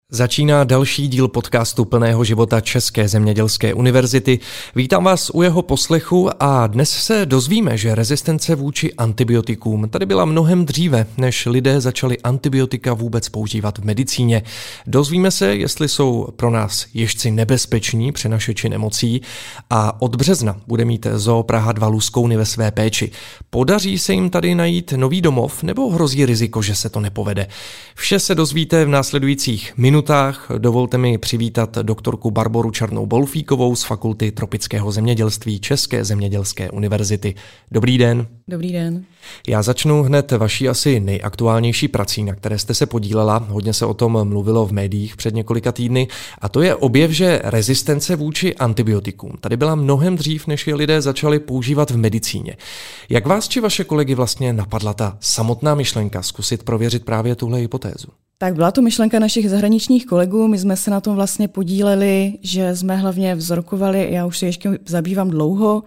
Začíná další díl podcastu Plného života České zemědělské univerzity. Vítám vás u jeho poslechu a dnes se dozvíme, že rezistence vůči antibiotikům tady byla mnohem dříve, než lidé začali antibiotika vůbec používat v medicíně. Dozvíme se, jestli jsou pro nás ježci nebezpeční přenašeči nemocí a od března bude mít Zoo Praha 2 luskouny ve své péči. Podaří se jim tady najít nový domov nebo hrozí riziko, že se to nepovede? Vše se dozvíte v následujících minutách. Dovolte mi přivítat doktorku Barboru Černou-Bolfíkovou z Fakulty tropického zemědělství České zemědělské univerzity. Dobrý den. Dobrý den. Já začnu hned vaší asi nejaktuálnější prací, na které jste se podílela. Hodně se o tom mluvilo v médiích před několika týdny. A to je objev, že rezistence vůči antibiotikům tady byla mnohem dřív, než je lidé začali používat v medicíně. Jak vás či vaše kolegy vlastně napadla ta samotná myšlenka zkusit prověřit právě tuhle hypotézu? Tak byla to myšlenka našich zahraničních kolegů, my jsme se na tom vlastně podíleli, že jsme hlavně vzorkovali, já už se ještě zabývám dlouho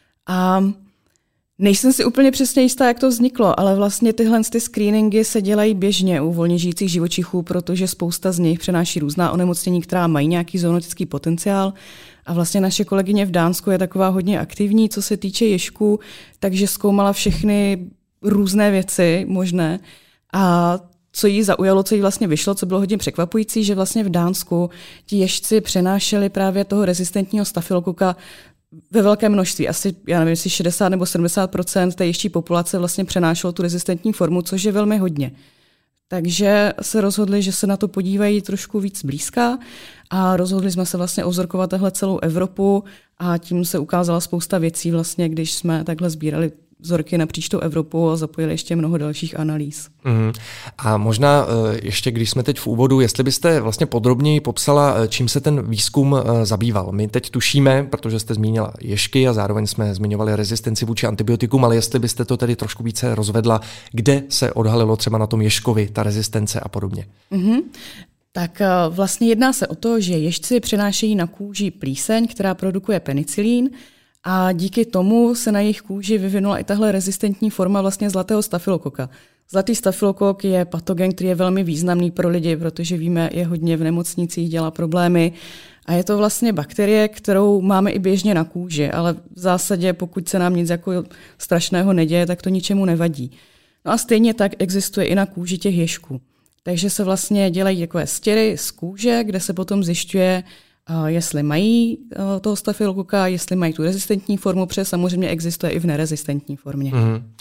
a nejsem si úplně přesně jistá, jak to vzniklo, ale vlastně tyhle screeningy se dělají běžně u volně žijících živočichů, protože spousta z nich přenáší různá onemocnění, která mají nějaký zoonotický potenciál a vlastně naše kolegyně v Dánsku je taková hodně aktivní, co se týče ježků, takže zkoumala všechny různé věci možné a co jí zaujalo, co jí vlastně vyšlo, co bylo hodně překvapující, že vlastně v Dánsku ti ježci přenášeli právě toho rezistentního stafylokoka ve velkém množství. Asi, já nevím, jestli 60 nebo 70% té ježčí populace vlastně přenášelo tu rezistentní formu, což je velmi hodně. Takže se rozhodli, že se na to podívají trošku víc zblízka a rozhodli jsme se vlastně ozorkovat tahle celou Evropu a tím se ukázala spousta věcí vlastně, když jsme takhle sbírali vzorky napříč tou Evropou a zapojili ještě mnoho dalších analýz. A možná ještě, když jsme teď v úvodu, jestli byste vlastně podrobněji popsala, čím se ten výzkum zabýval. My teď tušíme, protože jste zmínila ježky a zároveň jsme zmiňovali rezistenci vůči antibiotikům, ale jestli byste to tedy trošku více rozvedla, kde se odhalilo třeba na tom ježkovi ta rezistence a podobně. Tak vlastně jedná se o to, že ježci přenášejí na kůži plíseň, která produkuje penicilín, a díky tomu se na jejich kůži vyvinula i tahle rezistentní forma vlastně zlatého stafylokoka. Zlatý stafylokok je patogen, který je velmi významný pro lidi, protože víme, je hodně v nemocnicích, dělá problémy. A je to vlastně bakterie, kterou máme i běžně na kůži, ale v zásadě, pokud se nám nic jako strašného neděje, tak to ničemu nevadí. No a stejně tak existuje i na kůži těch ježků. Takže se vlastně dělají takové stěry z kůže, kde se potom zjišťuje, jestli mají toho stafylokoka, jestli mají tu rezistentní formu, protože samozřejmě existuje i v nerezistentní formě.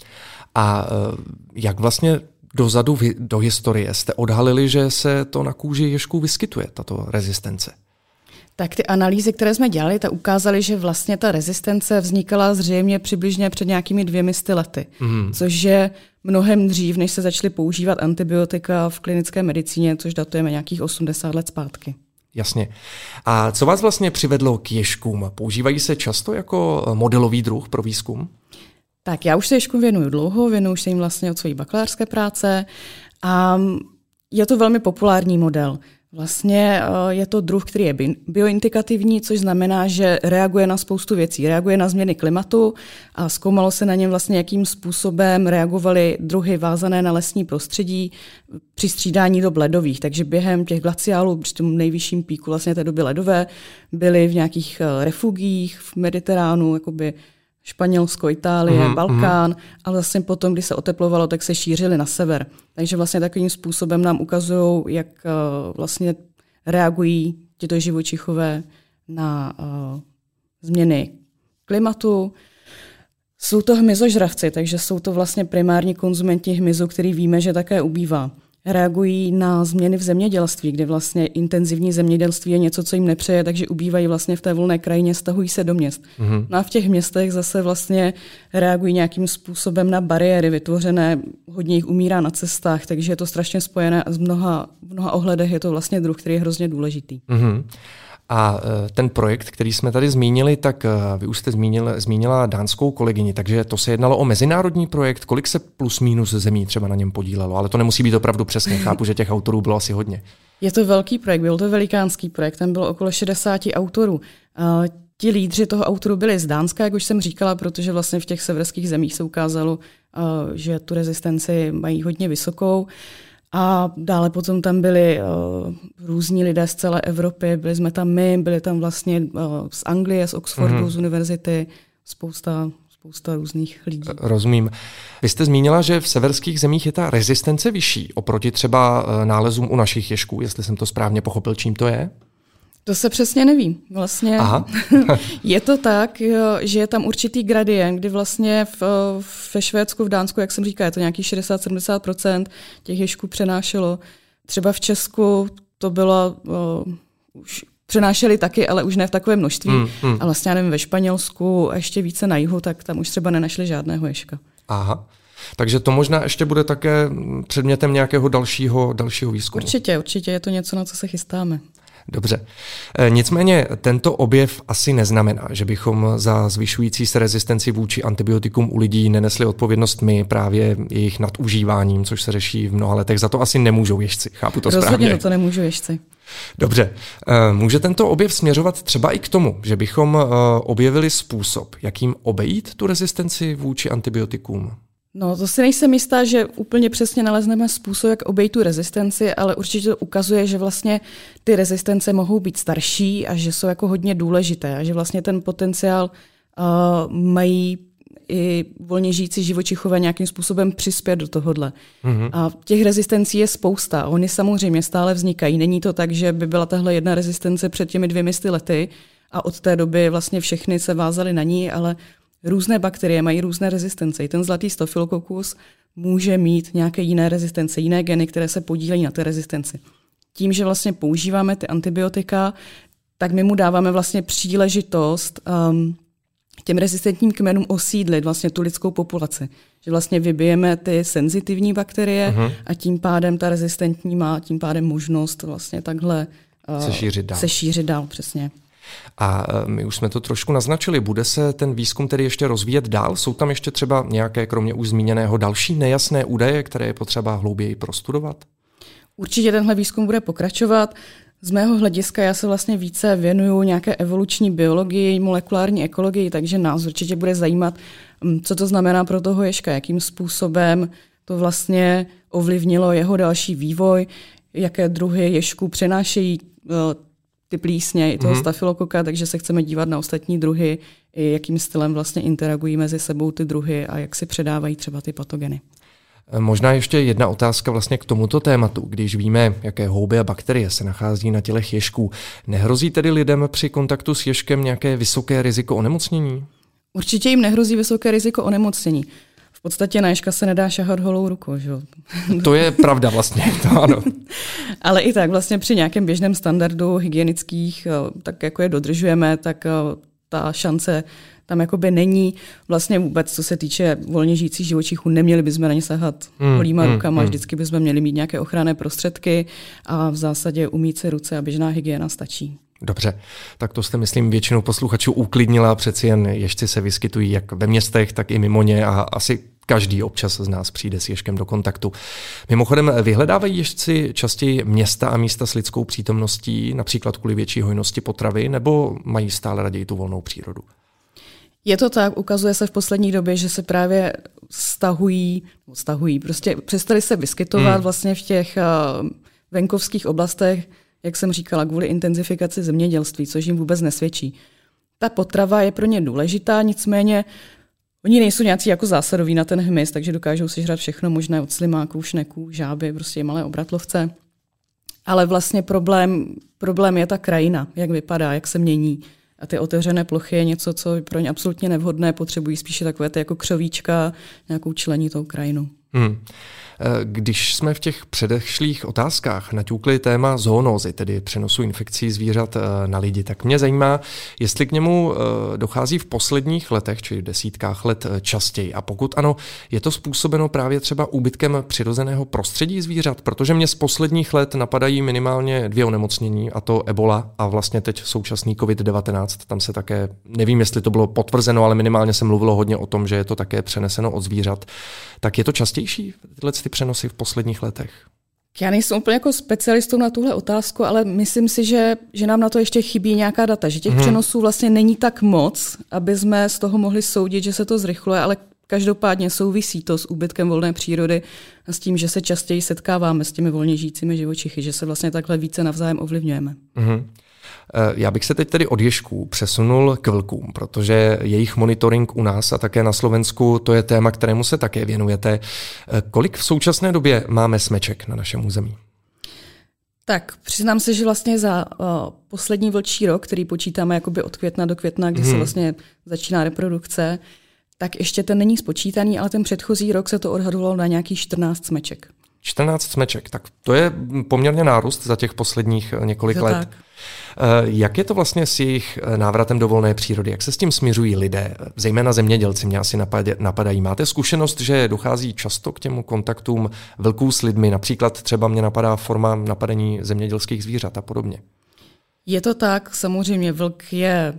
A jak vlastně dozadu do historie jste odhalili, že se to na kůži ježků vyskytuje, tato rezistence? Tak ty analýzy, které jsme dělali, tak ukázaly, že vlastně ta rezistence vznikala zřejmě přibližně před nějakými 200 lety, což je mnohem dřív, než se začaly používat antibiotika v klinické medicíně, což datujeme nějakých 80 let zpátky. Jasně. A co vás vlastně přivedlo k ježkům? Používají se často jako modelový druh pro výzkum? Tak já už se ježkům věnuju dlouho, věnuju se jim vlastně od své bakalářské práce a je to velmi populární model. Vlastně je to druh, který je bioindikativní, což znamená, že reaguje na spoustu věcí. Reaguje na změny klimatu a zkoumalo se na něm vlastně, jakým způsobem reagovaly druhy vázané na lesní prostředí při střídání dob ledových. Takže během těch glaciálů, při tom nejvyšším píku vlastně té doby ledové, byly v nějakých refugiích v Mediteránu, jakoby Španělsko, Itálie, Balkán, a vlastně potom, když se oteplovalo, tak se šířily na sever. Takže vlastně takovým způsobem nám ukazují, jak vlastně reagují tyto živočichové na změny klimatu. Jsou to hmyzožravci, takže jsou to vlastně primární konzumenti hmyzu, který víme, že také ubývá. Reagují na změny v zemědělství, kde vlastně intenzivní zemědělství je něco, co jim nepřeje, takže ubývají vlastně v té volné krajině, stahují se do měst. No a v těch městech zase vlastně reagují nějakým způsobem na bariéry vytvořené, hodně jich umírá na cestách, takže je to strašně spojené a v mnoha ohledech je to vlastně druh, který je hrozně důležitý. A ten projekt, který jsme tady zmínili, tak vy už jste zmínila dánskou kolegyni, takže to se jednalo o mezinárodní projekt. Kolik se plus minus zemí třeba na něm podílelo? Ale to nemusí být opravdu přesně. Chápu, že těch autorů bylo asi hodně. Je to velký projekt, byl to velikánský projekt, tam bylo okolo 60 autorů. Ti lídři toho autoru byli z Dánska, jak už jsem říkala, protože vlastně v těch severských zemích se ukázalo, že tu rezistenci mají hodně vysokou. A dále potom tam byli různí lidé z celé Evropy, byli jsme tam my, byli tam vlastně z Anglie, z Oxfordu, z univerzity, spousta různých lidí. Rozumím. Vy jste zmínila, že v severských zemích je ta rezistence vyšší oproti třeba nálezům u našich ježků, jestli jsem to správně pochopil, čím to je? To se přesně neví. Vlastně je to tak, že je tam určitý gradient, kdy vlastně ve Švédsku, v Dánsku, jak jsem říkala, je to nějakých 60-70% těch ježků přenášelo. Třeba v Česku to bylo už přenášeli taky, ale už ne v takovém množství. A vlastně, já nevím, ve Španělsku a ještě více na jihu, tak tam už třeba nenašli žádného ježka. Aha. Takže to možná ještě bude také předmětem nějakého dalšího výzkumu. Určitě je to něco, na co se chystáme. Dobře. Nicméně tento objev asi neznamená, že bychom za zvyšující se rezistenci vůči antibiotikům u lidí nenesli odpovědnost my právě jejich nadužíváním, což se řeší v mnoha letech. Za to asi nemůžou ježci. Chápu to správně? Rozhodně to nemůžou ježci. Dobře. Může tento objev směřovat třeba i k tomu, že bychom objevili způsob, jakým obejít tu rezistenci vůči antibiotikům? No, to si nejsem jistá, že úplně přesně nalezneme způsob, jak obejít tu rezistenci, ale určitě to ukazuje, že vlastně ty rezistence mohou být starší a že jsou jako hodně důležité a že vlastně ten potenciál mají i volně žijící živočichové nějakým způsobem přispět do tohohle. A těch rezistencí je spousta. Ony samozřejmě stále vznikají. Není to tak, že by byla tahle jedna rezistence před těmi 200 lety a od té doby vlastně všechny se vázaly na ní, ale různé bakterie mají různé rezistence. I ten zlatý Staphylococcus může mít nějaké jiné rezistence, jiné geny, které se podílejí na té rezistenci. Tím, že vlastně používáme ty antibiotika, tak my mu dáváme vlastně příležitost těm rezistentním kmenům osídlit vlastně tu lidskou populaci. Že vlastně vybijeme ty senzitivní bakterie a tím pádem ta rezistentní má tím pádem možnost vlastně takhle se šířit dál. Přesně. A my už jsme to trošku naznačili. Bude se ten výzkum tedy ještě rozvíjet dál? Jsou tam ještě třeba nějaké, kromě už zmíněného, další nejasné údaje, které je potřeba hlouběji prostudovat? Určitě tenhle výzkum bude pokračovat. Z mého hlediska já se vlastně více věnuju nějaké evoluční biologii, molekulární ekologii, takže nás určitě bude zajímat, co to znamená pro toho ježka, jakým způsobem to vlastně ovlivnilo jeho další vývoj, jaké druhy ježků přenášejí ty plísně i toho stafylokoka, takže se chceme dívat na ostatní druhy, i jakým stylem vlastně interagují mezi sebou ty druhy a jak si předávají třeba ty patogeny. Možná ještě jedna otázka vlastně k tomuto tématu. Když víme, jaké houby a bakterie se nachází na tělech ježků, nehrozí tedy lidem při kontaktu s ježkem nějaké vysoké riziko onemocnění? Určitě jim nehrozí vysoké riziko onemocnění. V podstatě na ježka se nedá šahat holou rukou. Že? To je pravda vlastně, to ano. Ale i tak vlastně při nějakém běžném standardu hygienických, tak jako je dodržujeme, tak ta šance tam jakoby není. Vlastně vůbec, co se týče volně žijících živočichů, neměli bychom na ně sahat holýma rukama, vždycky bychom měli mít nějaké ochranné prostředky a v zásadě umýt si ruce a běžná hygiena stačí. Dobře, tak to jste, myslím, většinu posluchačů uklidnila, přeci jen ježci se vyskytují jak ve městech, tak i mimo ně a asi každý občas z nás přijde s ježkem do kontaktu. Mimochodem, vyhledávají ježci častěji města a místa s lidskou přítomností, například kvůli větší hojnosti potravy, nebo mají stále raději tu volnou přírodu? Je to tak, ukazuje se v poslední době, že se právě stahují, prostě přestali se vyskytovat vlastně v těch venkovských oblastech, jak jsem říkala, kvůli intenzifikaci zemědělství, což jim vůbec nesvědčí. Ta potrava je pro ně důležitá, nicméně oni nejsou nějací jako zásadoví na ten hmyz, takže dokážou si žrat všechno možné od slimáků, šneků, žáby, prostě malé obratlovce. Ale vlastně problém je ta krajina, jak vypadá, jak se mění. A ty otevřené plochy je něco, co je pro ně absolutně nevhodné, potřebují spíše takové ty jako křovíčka, nějakou členitou krajinu. Když jsme v těch předešlých otázkách naťukli téma zoonózy, tedy přenosu infekcí zvířat na lidi, tak mě zajímá, jestli k němu dochází v posledních letech, či desítkách let častěji. A pokud ano, je to způsobeno právě třeba úbytkem přirozeného prostředí zvířat, protože mě z posledních let napadají minimálně 2 onemocnění, a to ebola a vlastně teď současný COVID-19. Tam se také, nevím, jestli to bylo potvrzeno, ale minimálně se mluvilo hodně o tom, že je to také přeneseno od zvířat. Tak je to častější, tyhle přenosy v posledních letech? Já nejsem úplně jako specialistou na tuhle otázku, ale myslím si, že nám na to ještě chybí nějaká data, že těch přenosů vlastně není tak moc, aby jsme z toho mohli soudit, že se to zrychluje, ale každopádně souvisí to s úbytkem volné přírody a s tím, že se častěji setkáváme s těmi volně žijícími živočichy, že se vlastně takhle více navzájem ovlivňujeme. Mm-hmm. Já bych se teď tedy od ježků přesunul k vlkům, protože jejich monitoring u nás a také na Slovensku, to je téma, kterému se také věnujete. Kolik v současné době máme smeček na našem území? Tak, přiznám se, že vlastně za poslední vlčí rok, který počítáme jakoby od května do května, kdy se vlastně začíná reprodukce, tak ještě ten není spočítaný, ale ten předchozí rok se to odhadovalo na nějakých 14 smeček. 14 smeček, tak to je poměrně nárůst za těch posledních několik let. Tak. Jak je to vlastně s jejich návratem do volné přírody? Jak se s tím směřují lidé, zejména zemědělci mě asi napadají? Máte zkušenost, že dochází často k těm kontaktům vlků s lidmi? Například třeba mě napadá forma napadení zemědělských zvířat a podobně. Je to tak, samozřejmě vlk je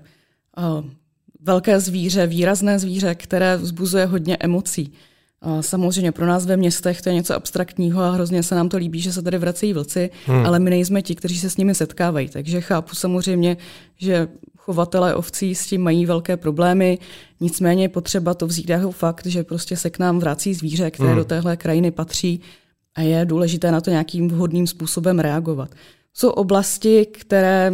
velké zvíře, výrazné zvíře, které vzbuzuje hodně emocí. Samozřejmě pro nás ve městech to je něco abstraktního a hrozně se nám to líbí, že se tady vracejí vlci, ale my nejsme ti, kteří se s nimi setkávají. Takže chápu samozřejmě, že chovatelé ovcí s tím mají velké problémy, nicméně je potřeba to vzít jako fakt, že prostě se k nám vrací zvíře, které do téhle krajiny patří a je důležité na to nějakým vhodným způsobem reagovat. Jsou oblasti, které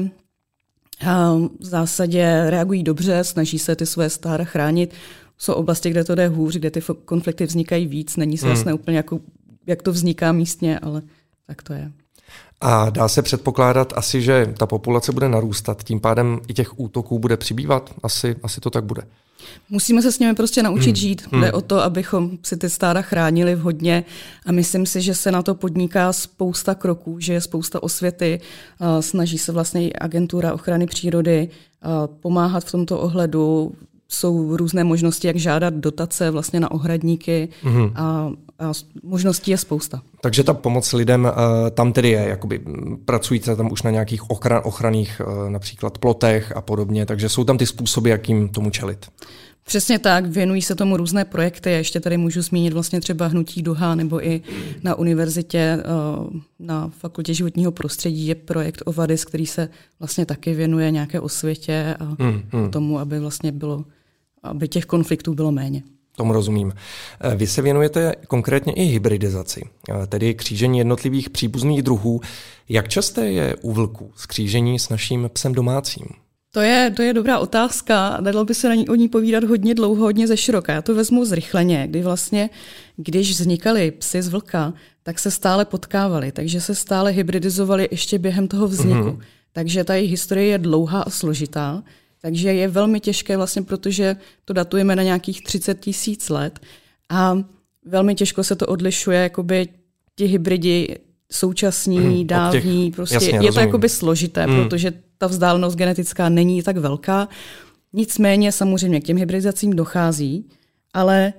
v zásadě reagují dobře, snaží se ty své stáda chránit. Jsou oblasti, kde to jde hůř, kde ty konflikty vznikají víc. Není se jasné úplně, jak to vzniká místně, ale tak to je. A dá se předpokládat asi, že ta populace bude narůstat, tím pádem i těch útoků bude přibývat? Asi to tak bude. Musíme se s nimi prostě naučit žít. Jde o to, abychom si ty stáda chránili vhodně a myslím si, že se na to podniká spousta kroků, že je spousta osvěty, snaží se vlastně i agentura ochrany přírody pomáhat v tomto ohledu. Jsou různé možnosti, jak žádat dotace vlastně na ohradníky a možností je spousta. Takže ta pomoc lidem tam tedy je, jakoby pracujíte tam už na nějakých ochranných například plotech a podobně, takže jsou tam ty způsoby, jak jim tomu čelit. Přesně tak, věnují se tomu různé projekty. Já ještě tady můžu zmínit vlastně třeba Hnutí Duha nebo i na univerzitě na Fakultě životního prostředí je projekt Ovadis, který se vlastně taky věnuje nějaké osvětě a tomu, aby vlastně aby těch konfliktů bylo méně. Tomu rozumím. Vy se věnujete konkrétně i hybridizaci, tedy křížení jednotlivých příbuzných druhů. Jak časté je u vlků skřížení s naším psem domácím? To je dobrá otázka a dalo by se o ní povídat hodně dlouho, hodně zeširoka. Já to vezmu zrychleně, kdy vlastně, když vznikaly psy z vlka, tak se stále potkávali, takže se stále hybridizovali ještě během toho vzniku. Takže ta jejich historie je dlouhá a složitá, takže je velmi těžké vlastně, protože to datujeme na nějakých 30 000 let a velmi těžko se to odlišuje, jakoby ti hybridi současní, dávní, prostě jasně, je to jakoby složité, protože ta vzdálenost genetická není tak velká. Nicméně samozřejmě k těm hybridizacím dochází, ale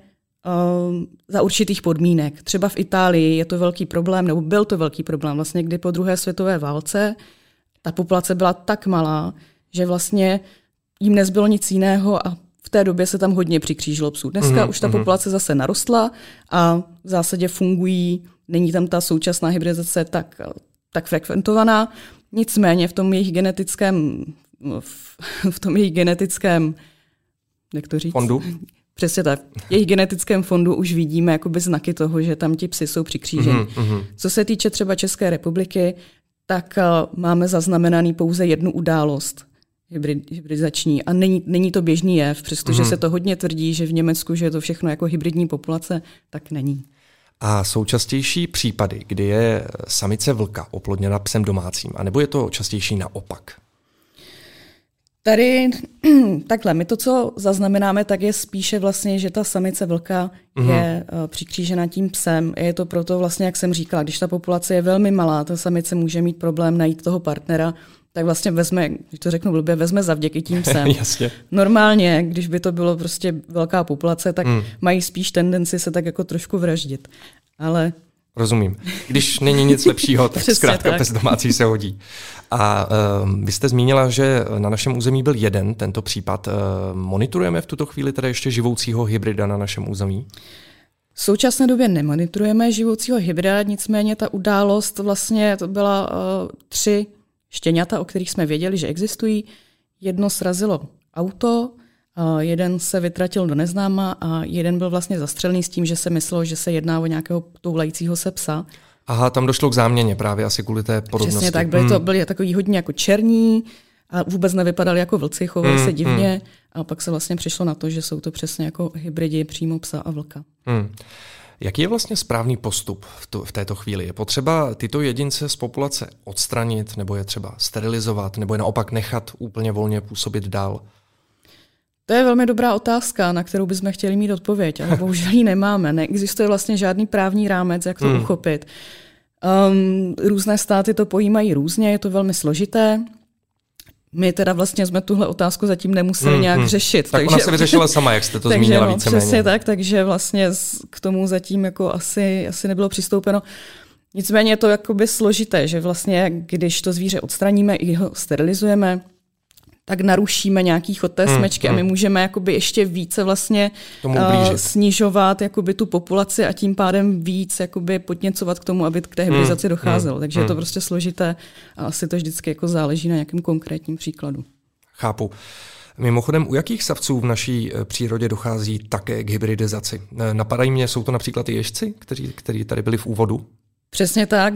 za určitých podmínek. Třeba v Itálii je to velký problém, nebo byl to velký problém, vlastně kdy po druhé světové válce ta populace byla tak malá, že vlastně jim nezbylo nic jiného a v té době se tam hodně přikřížilo psů. Dneska už ta populace zase narostla a v zásadě fungují, není tam ta současná hybridizace tak frekventovaná. Nicméně v tom jejich genetickém jak to říct? Fondu? Přesně tak. V jejich genetickém fondu už vidíme jakoby znaky toho, že tam ti psi jsou přikříženi. Co se týče třeba České republiky, tak máme zaznamenaný pouze jednu událost hybridizační a není to běžný jev, přestože se to hodně tvrdí, že v Německu, že je to všechno jako hybridní populace, tak není. A jsou častější případy, kdy je samice vlka oplodněna psem domácím, anebo je to častější naopak? Tady takhle, my to, co zaznamenáme, tak je spíše vlastně, že ta samice vlka je přikřížena tím psem. Je to proto vlastně, jak jsem říkala, když ta populace je velmi malá, ta samice může mít problém najít toho partnera, tak vlastně vezme, když to řeknu blbě, vezme zavděky tím psem. Jasně. Normálně, když by to bylo prostě velká populace, tak mají spíš tendenci se tak jako trošku vraždit. Ale rozumím. Když není nic lepšího, tak zkrátka pes domácí se hodí. A vy jste zmínila, že na našem území byl jeden tento případ. Monitorujeme v tuto chvíli tedy ještě živoucího hybrida na našem území? V současné době nemonitorujeme živoucího hybrida, nicméně ta událost vlastně to byla 3 štěňata, o kterých jsme věděli, že existují. Jedno srazilo auto, Jeden se vytratil do neznáma a jeden byl vlastně zastřelený s tím, že se myslelo, že se jedná o nějakého toulajícího se psa. Aha, tam došlo k záměně právě asi kvůli té podobnosti. Přesně tak, byli takový hodně jako černí a vůbec nevypadali jako vlci, chovali se divně a pak se vlastně přišlo na to, že jsou to přesně jako hybridi přímo psa a vlka. Jaký je vlastně správný postup v této chvíli? Je potřeba tyto jedince z populace odstranit, nebo je třeba sterilizovat, nebo je naopak nechat úplně volně působit dál? To je velmi dobrá otázka, na kterou bychom chtěli mít odpověď, ale bohužel ji nemáme. Neexistuje vlastně žádný právní rámec, jak to uchopit. Různé státy to pojímají různě, je to velmi složité. My teda vlastně jsme tuhle otázku zatím nemuseli nějak řešit. Tak ona se vyřešila sama, jak jste to zmínila víceméně. Přesně tak, takže vlastně k tomu zatím jako asi nebylo přistoupeno. Nicméně je to jakoby složité, že vlastně když to zvíře odstraníme i ho sterilizujeme, tak narušíme nějaký chod té smečky a my můžeme jakoby ještě více vlastně snižovat jakoby tu populaci a tím pádem víc jakoby podněcovat k tomu, aby k té hybridizaci docházelo. Takže je to prostě složité a asi to vždycky jako záleží na nějakém konkrétním příkladu. Chápu. Mimochodem, u jakých savců v naší přírodě dochází také k hybridizaci? Napadají mě, jsou to například i ježci, kteří tady byli v úvodu? Přesně tak,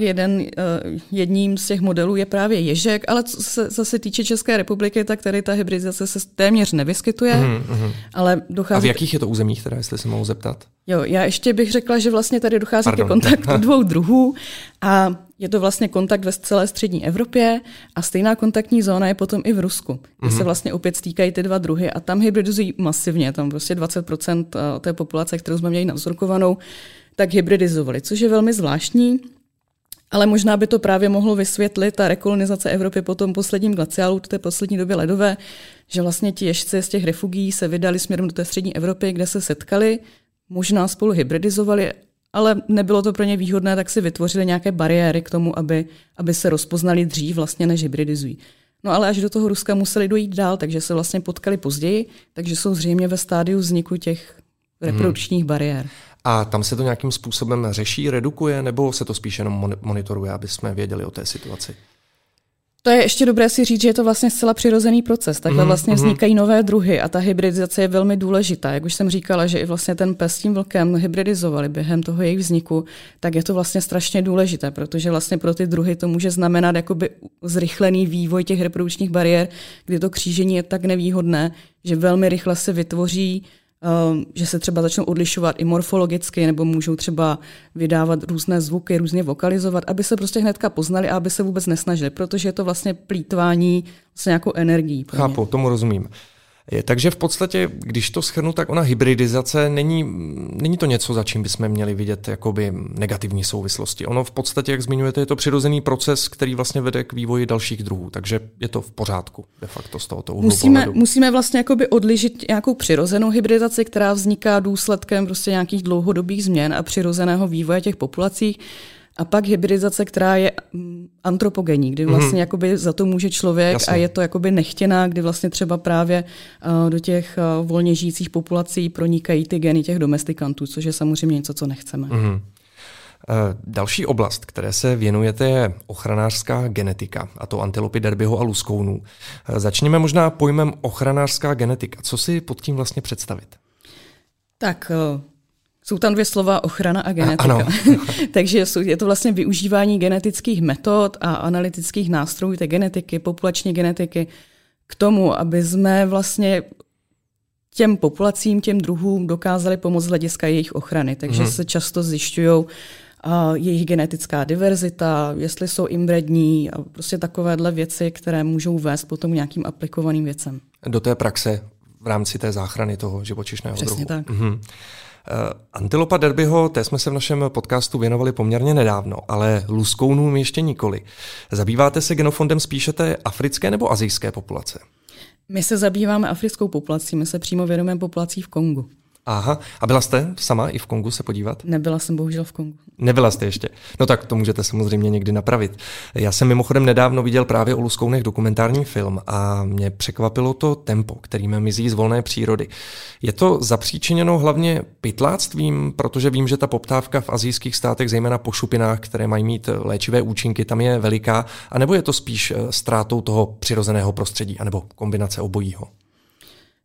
jedním z těch modelů je právě ježek, ale co se zase týče České republiky, tak tady ta hybridizace se téměř nevyskytuje. Ale dochází... A v jakých je to územích, teda, jestli se mohu zeptat? Jo, já ještě bych řekla, že vlastně tady dochází ke kontaktu dvou druhů a je to vlastně kontakt ve celé střední Evropě a stejná kontaktní zóna je potom i v Rusku, kde se vlastně opět stýkají ty dva druhy a tam hybridizují masivně, tam prostě 20% té populace, kterou jsme měli navzorkovanou, tak hybridizovali, což je velmi zvláštní, ale možná by to právě mohlo vysvětlit ta rekolonizace Evropy po tom posledním glaciálu, té poslední době ledové, že vlastně ti ježci z těch refugií se vydali směrem do té střední Evropy, kde se setkali, možná spolu hybridizovali, ale nebylo to pro ně výhodné, tak si vytvořili nějaké bariéry k tomu, aby se rozpoznali dřív vlastně, než hybridizují. No ale až do toho Ruska museli dojít dál, takže se vlastně potkali později, takže jsou zřejmě ve stádiu vzniku těch reprodukčních bariér. A tam se to nějakým způsobem řeší, redukuje, nebo se to spíš jenom monitoruje, aby jsme věděli o té situaci? To je ještě dobré si říct, že je to vlastně zcela přirozený proces. Takhle vlastně vznikají nové druhy a ta hybridizace je velmi důležitá. Jak už jsem říkala, že i vlastně ten pes s tím vlkem hybridizovali během toho jejich vzniku, tak je to vlastně strašně důležité, protože vlastně pro ty druhy to může znamenat jakoby zrychlený vývoj těch reprodukčních bariér, kdy to křížení je tak nevýhodné, že velmi rychle se vytvoří, že se třeba začnou odlišovat i morfologicky, nebo můžou třeba vydávat různé zvuky, různě vokalizovat, aby se prostě hnedka poznali a aby se vůbec nesnažili, protože je to vlastně plýtvání s nějakou energií. Chápu, tomu rozumím. Takže v podstatě, když to shrnu, tak ona hybridizace není to něco, za čím bychom měli vidět jakoby negativní souvislosti. Ono v podstatě, jak zmiňujete, je to přirozený proces, který vlastně vede k vývoji dalších druhů, takže je to v pořádku de facto z tohoto úhlu pohledu. Musíme vlastně jakoby odlišit nějakou přirozenou hybridizaci, která vzniká důsledkem prostě nějakých dlouhodobých změn a přirozeného vývoje těch populací. A pak hybridizace, která je antropogenní, kdy vlastně jakoby za to může člověk. Jasně. A je to jakoby nechtěná, kdy vlastně třeba právě do těch volně žijících populací pronikají ty geny těch domestikantů, což je samozřejmě něco, co nechceme. Další oblast, které se věnujete, je ochranářská genetika, a to antilopy Derbyho a luskounů. Začněme možná pojmem ochranářská genetika. Co si pod tím vlastně představit? Tak... Jsou tam dvě slova ochrana a genetika. Ano. Takže je to vlastně využívání genetických metod a analytických nástrojů té genetiky, populační genetiky k tomu, aby jsme vlastně těm populacím, těm druhům dokázali pomoct z hlediska jejich ochrany. Takže se často zjišťují jejich genetická diverzita, jestli jsou inbrední a prostě takovéhle věci, které můžou vést potom k nějakým aplikovaným věcem. Do té praxe v rámci té záchrany toho živočišného druhu. Přesně tak. Antilopa Derbyho, té jsme se v našem podcastu věnovali poměrně nedávno, ale luskounům ještě nikoli. Zabýváte se genofondem spíše té africké nebo asijské populace? My se zabýváme africkou populací, my se přímo věnujeme populací v Kongu. Aha, a byla jste sama i v Kongu se podívat? Nebyla jsem bohužel v Kongu. Nebyla jste ještě. No tak to můžete samozřejmě někdy napravit. Já jsem mimochodem nedávno viděl právě o luskounech dokumentární film a mě překvapilo to tempo, kterým mizí z volné přírody. Je to zapříčiněno hlavně pytláctvím, protože vím, že ta poptávka v asijských státech, zejména po šupinách, které mají mít léčivé účinky, tam je veliká, anebo je to spíš ztrátou toho přirozeného prostředí, anebo kombinace obojího?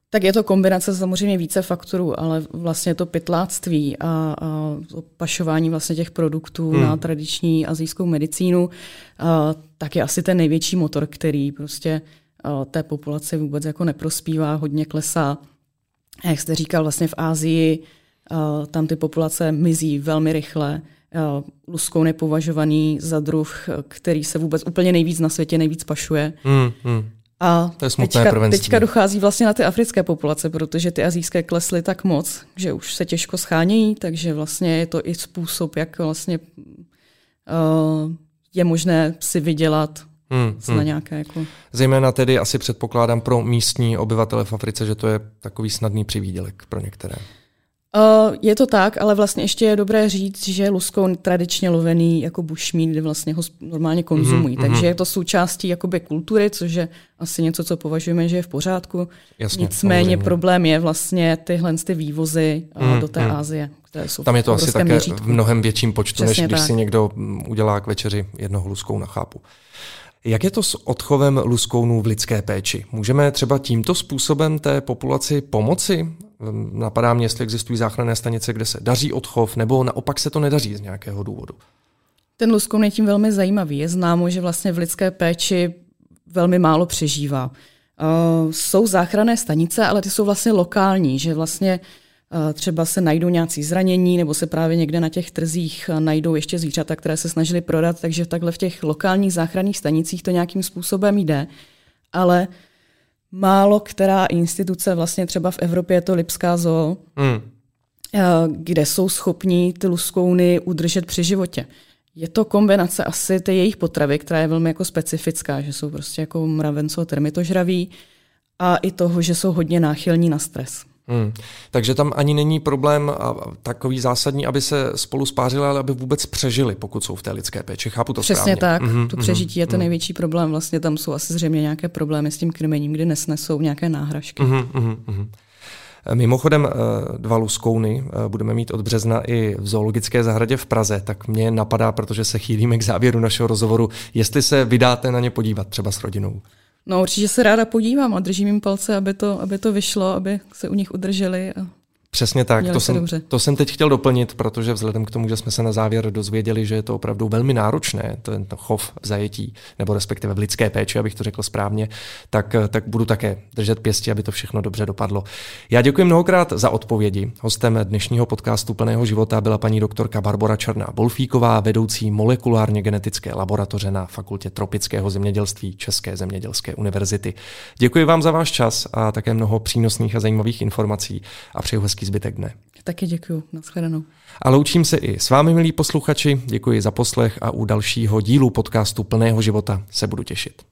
Tak je to kombinace samozřejmě více faktorů, ale vlastně to pytláctví a pašování vlastně těch produktů na tradiční asijskou medicínu, tak je asi ten největší motor, který prostě té populaci vůbec jako neprospívá, hodně klesá. A jak jste říkal, vlastně v Asii tam ty populace mizí velmi rychle. Luskoun je považovaný za druh, který se vůbec úplně nejvíc na světě nejvíc pašuje. A teďka dochází vlastně na ty africké populace, protože ty asijské klesly tak moc, že už se těžko schánějí, takže vlastně je to i způsob, jak vlastně je možné si vydělat na nějaké jako... Zejména tedy asi předpokládám pro místní obyvatele v Africe, že to je takový snadný přivýdělek pro některé. Je to tak, ale vlastně ještě je dobré říct, že luskoun tradičně lovený jako bushmeat, kde vlastně ho normálně konzumují. Takže je to součástí jakoby kultury, což je asi něco, co považujeme, že je v pořádku. Jasně, nicméně samozřejmě. Problém je vlastně tyhle vývozy do té Asie, které jsou tam je to asi také měřítku. v mnohem větším počtu, Přesně než když tak. si někdo udělá k večeři jednoho luskouna, chápu. Jak je to s odchovem luskounů v lidské péči? Můžeme třeba tímto způsobem té populaci pomoci? Napadá mě, jestli existují záchranné stanice, kde se daří odchov, nebo naopak se to nedaří z nějakého důvodu. Ten luskoun je tím velmi zajímavý. Je známo, že vlastně v lidské péči velmi málo přežívá. Jsou záchranné stanice, ale ty jsou vlastně lokální, že vlastně třeba se najdou nějací zranění, nebo se právě někde na těch trzích najdou ještě zvířata, které se snažili prodat, takže takhle v těch lokálních záchranných stanicích to nějakým způsobem jde. Ale málo která instituce, vlastně třeba v Evropě je to Lipská zoo, kde jsou schopní ty luskouny udržet při životě. Je to kombinace asi té jejich potravy, která je velmi jako specifická, že jsou prostě jako mravenco-termitožraví a i toho, že jsou hodně náchylní na stres. Takže tam ani není problém takový zásadní, aby se spolu spářili, ale aby vůbec přežili, pokud jsou v té lidské péči. Chápu to Přesně správně. tak. To přežití je ten největší problém. Vlastně tam jsou asi zřejmě nějaké problémy s tím krmením, kdy nesnesou nějaké náhražky. Mimochodem 2 luskouny budeme mít od března i v zoologické zahradě v Praze, tak mě napadá, protože se chýlíme k závěru našeho rozhovoru, jestli se vydáte na ně podívat třeba s rodinou. No určitě se ráda podívám a držím jim palce, aby to vyšlo, aby se u nich udrželi. Přesně tak, to jsem teď chtěl doplnit, protože vzhledem k tomu, že jsme se na závěr dozvěděli, že je to opravdu velmi náročné, tento chov v zajetí, nebo respektive v lidské péči, abych to řekl správně, tak budu také držet pěstí, aby to všechno dobře dopadlo. Já děkuji mnohokrát za odpovědi. Hostem dnešního podcastu Plného života byla paní doktorka Barbora Černá-Bolfíková, vedoucí molekulárně genetické laboratoře na Fakultě tropického zemědělství České zemědělské univerzity. Děkuji vám za váš čas a také mnoho přínosných a zajímavých informací a přeju hezký zbytek dne. Taky děkuju, nashledanou. A loučím se i s vámi, milí posluchači, děkuji za poslech a u dalšího dílu podcastu Plného života se budu těšit.